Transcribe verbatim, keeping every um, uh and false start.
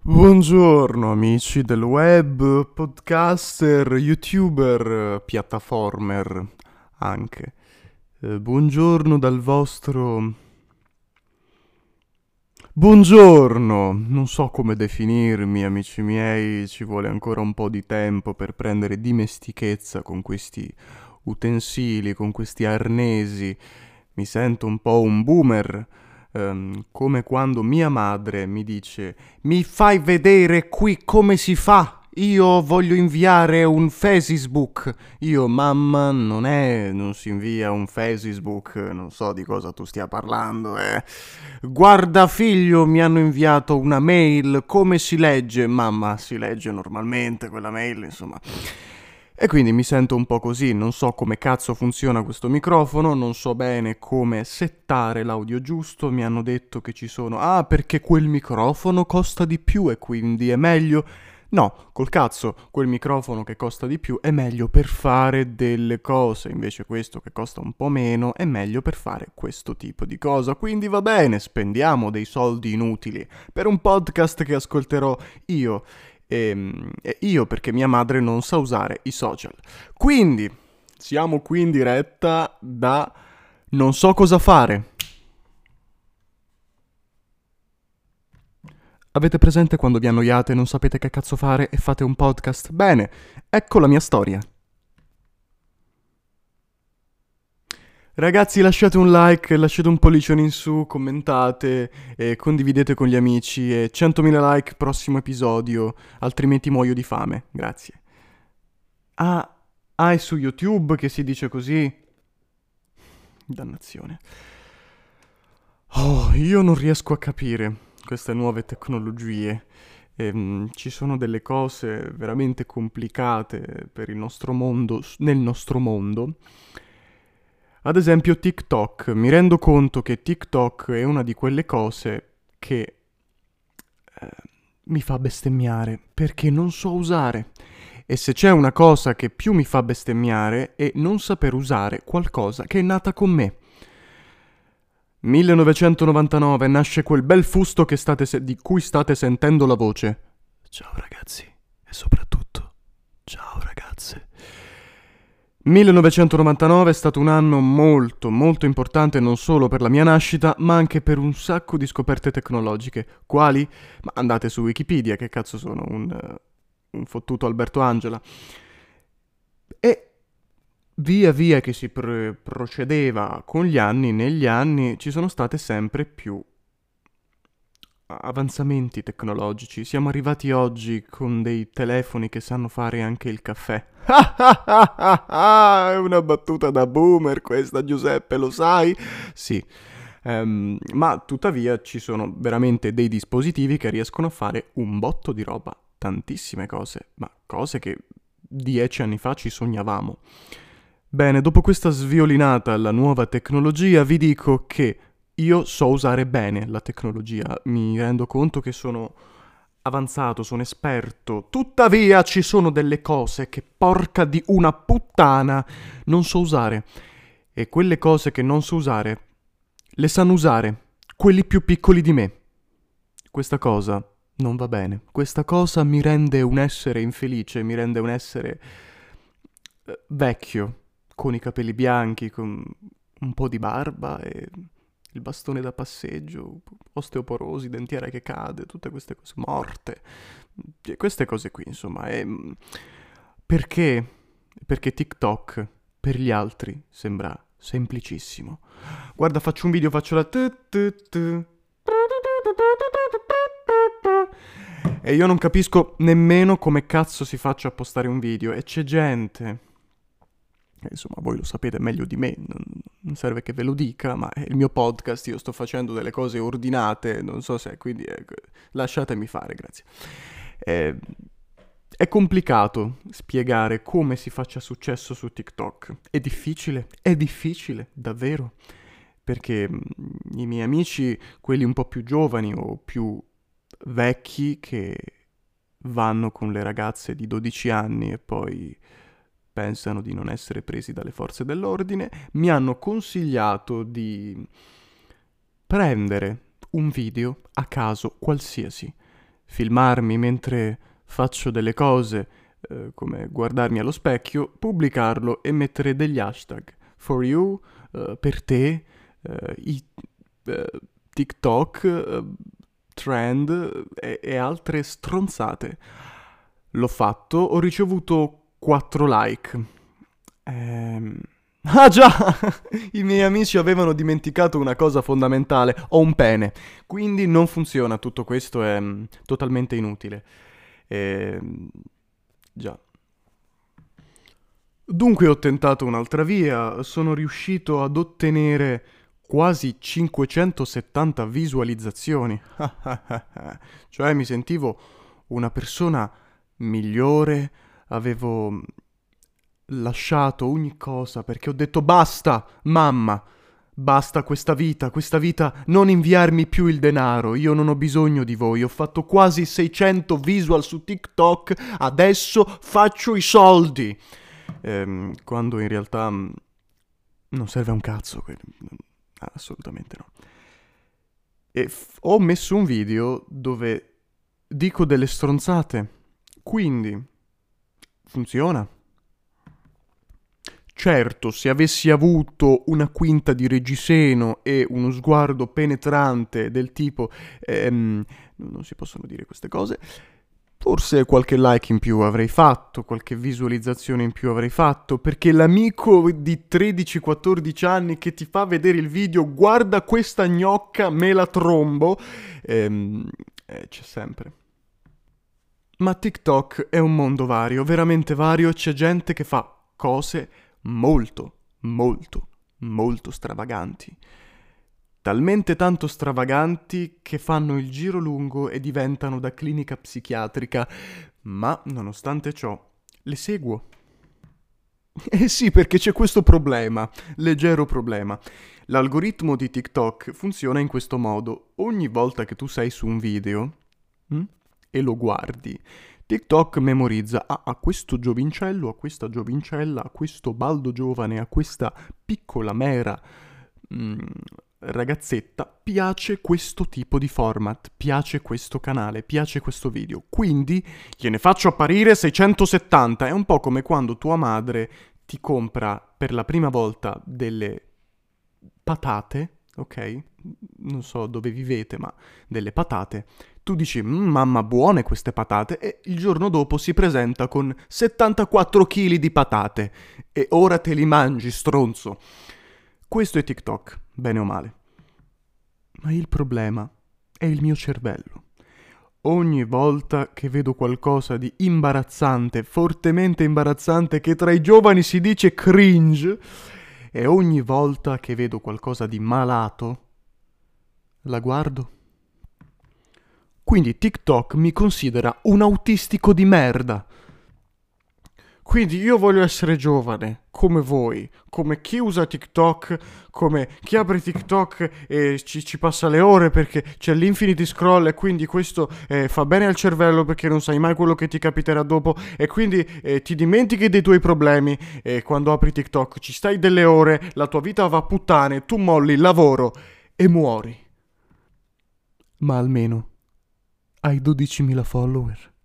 Buongiorno amici del web, podcaster, youtuber, piattaformer anche. Eh, buongiorno dal vostro... Buongiorno! Non so come definirmi, amici miei, ci vuole ancora un po' di tempo per prendere dimestichezza con questi utensili, con questi arnesi. Mi sento un po' un boomer, ehm, come quando mia madre mi dice: Mi fai vedere qui come si fa? Io voglio inviare un Facebook. Io, mamma, non è, non si invia un Facebook, non so di cosa tu stia parlando, eh. Guarda figlio, mi hanno inviato una mail, come si legge? Mamma, si legge normalmente quella mail, insomma. E quindi mi sento un po' così, non so come cazzo funziona questo microfono, non so bene come settare l'audio giusto, mi hanno detto che ci sono... Ah, perché quel microfono costa di più e quindi è meglio... No, col cazzo, quel microfono che costa di più è meglio per fare delle cose, invece questo che costa un po' meno è meglio per fare questo tipo di cosa, quindi va bene, spendiamo dei soldi inutili per un podcast che ascolterò io, e, e io perché mia madre non sa usare i social. Quindi, siamo qui in diretta da non so cosa fare. Avete presente quando vi annoiate e non sapete che cazzo fare e fate un podcast? Bene, ecco la mia storia. Ragazzi, lasciate un like, lasciate un pollicione in su, commentate e condividete con gli amici e centomila like prossimo episodio, altrimenti muoio di fame. Grazie. Ah, ah, è su YouTube che si dice così? Dannazione. Oh, io non riesco a capire queste nuove tecnologie. Ehm, ci sono delle cose veramente complicate per il nostro mondo, s- nel nostro mondo. Ad esempio TikTok. Mi rendo conto che TikTok è una di quelle cose che eh, mi fa bestemmiare perché non so usare. E se c'è una cosa che più mi fa bestemmiare è non saper usare qualcosa che è nata con me. millenovecentonovantanove nasce quel bel fusto che state se- di cui state sentendo la voce. Ciao ragazzi, e soprattutto, ciao ragazze. millenovecentonovantanove è stato un anno molto, molto importante non solo per la mia nascita, ma anche per un sacco di scoperte tecnologiche. Quali? Ma andate su Wikipedia, che cazzo sono? Un, eh, un fottuto Alberto Angela. E via via che si pro- procedeva con gli anni, negli anni ci sono state sempre più avanzamenti tecnologici. Siamo arrivati oggi con dei telefoni che sanno fare anche il caffè. È una battuta da boomer questa, Giuseppe, lo sai? Sì. Ehm, ma tuttavia ci sono veramente dei dispositivi che riescono a fare un botto di roba, tantissime cose, ma cose che dieci anni fa ci sognavamo. Bene, dopo questa sviolinata alla nuova tecnologia, vi dico che io so usare bene la tecnologia, mi rendo conto che sono avanzato, sono esperto, tuttavia ci sono delle cose che porca di una puttana non so usare. E quelle cose che non so usare, le sanno usare quelli più piccoli di me. Questa cosa non va bene. Questa cosa mi rende un essere infelice, mi rende un essere eh, vecchio, con i capelli bianchi, con un po' di barba e il bastone da passeggio, osteoporosi, dentiera che cade, tutte queste cose, morte, e queste cose qui, insomma. E, mm, perché? Perché TikTok per gli altri sembra semplicissimo. Guarda, faccio un video, faccio la... tu tu tu. E io non capisco nemmeno come cazzo si faccia a postare un video. E c'è gente... E insomma, voi lo sapete meglio di me, non, non serve che ve lo dica, ma è il mio podcast, io sto facendo delle cose ordinate, non so se... Quindi ecco, lasciatemi fare, grazie. Eh, è complicato spiegare come si faccia successo su TikTok. È difficile, è difficile, davvero. Perché mm, i miei amici, quelli un po' più giovani o più vecchi, che vanno con le ragazze di dodici anni e poi pensano di non essere presi dalle forze dell'ordine, mi hanno consigliato di prendere un video a caso qualsiasi filmarmi mentre faccio delle cose, eh, come guardarmi allo specchio, pubblicarlo e mettere degli hashtag. For you, eh, per te, eh, i, eh, TikTok, eh, trend e, e altre stronzate. L'ho fatto, ho ricevuto quattro like. Ehm... Ah già! I miei amici avevano dimenticato una cosa fondamentale. Ho un pene. Quindi non funziona. Tutto questo è mm, totalmente inutile. Ehm... Già. Dunque ho tentato un'altra via. Sono riuscito ad ottenere quasi cinquecentosettanta visualizzazioni. Cioè mi sentivo una persona migliore, avevo lasciato ogni cosa perché ho detto basta, mamma, basta questa vita, questa vita, non inviarmi più il denaro, io non ho bisogno di voi, ho fatto quasi seicento visual su TikTok, adesso faccio i soldi. Ehm, quando in realtà mh, non serve a un cazzo, que- assolutamente no. E f- ho messo un video dove dico delle stronzate, quindi funziona. Certo, se avessi avuto una quinta di reggiseno e uno sguardo penetrante del tipo ehm, non si possono dire queste cose, forse qualche like in più avrei fatto, qualche visualizzazione in più avrei fatto, perché l'amico di tredici quattordici anni che ti fa vedere il video, guarda questa gnocca, me la trombo, ehm, eh, c'è sempre. Ma TikTok è un mondo vario, veramente vario, c'è gente che fa cose molto, molto, molto stravaganti. Talmente tanto stravaganti che fanno il giro lungo e diventano da clinica psichiatrica, ma nonostante ciò le seguo. Eh sì, perché c'è questo problema, leggero problema. L'algoritmo di TikTok funziona in questo modo. Ogni volta che tu sei su un video hm, e lo guardi, TikTok memorizza ah, a questo giovincello, a questa giovincella, a questo baldo giovane, a questa piccola mera mm, ragazzetta piace questo tipo di format, piace questo canale, piace questo video. Quindi gliene faccio apparire seicentosettanta. È un po' come quando tua madre ti compra per la prima volta delle patate, ok? Non so dove vivete, ma delle patate. Tu dici, "Mm, mamma, buone queste patate", e il giorno dopo si presenta con settantaquattro chili di patate. E ora te li mangi, stronzo. Questo è TikTok, bene o male. Ma il problema è il mio cervello. Ogni volta che vedo qualcosa di imbarazzante, fortemente imbarazzante, che tra i giovani si dice cringe, e ogni volta che vedo qualcosa di malato, la guardo. Quindi TikTok mi considera un autistico di merda. Quindi io voglio essere giovane, come voi, come chi usa TikTok, come chi apre TikTok e ci, ci passa le ore perché c'è l'infinity scroll e quindi questo eh, fa bene al cervello perché non sai mai quello che ti capiterà dopo e quindi eh, ti dimentichi dei tuoi problemi e quando apri TikTok ci stai delle ore, la tua vita va a puttane, tu molli il lavoro e muori. Ma almeno hai dodicimila follower.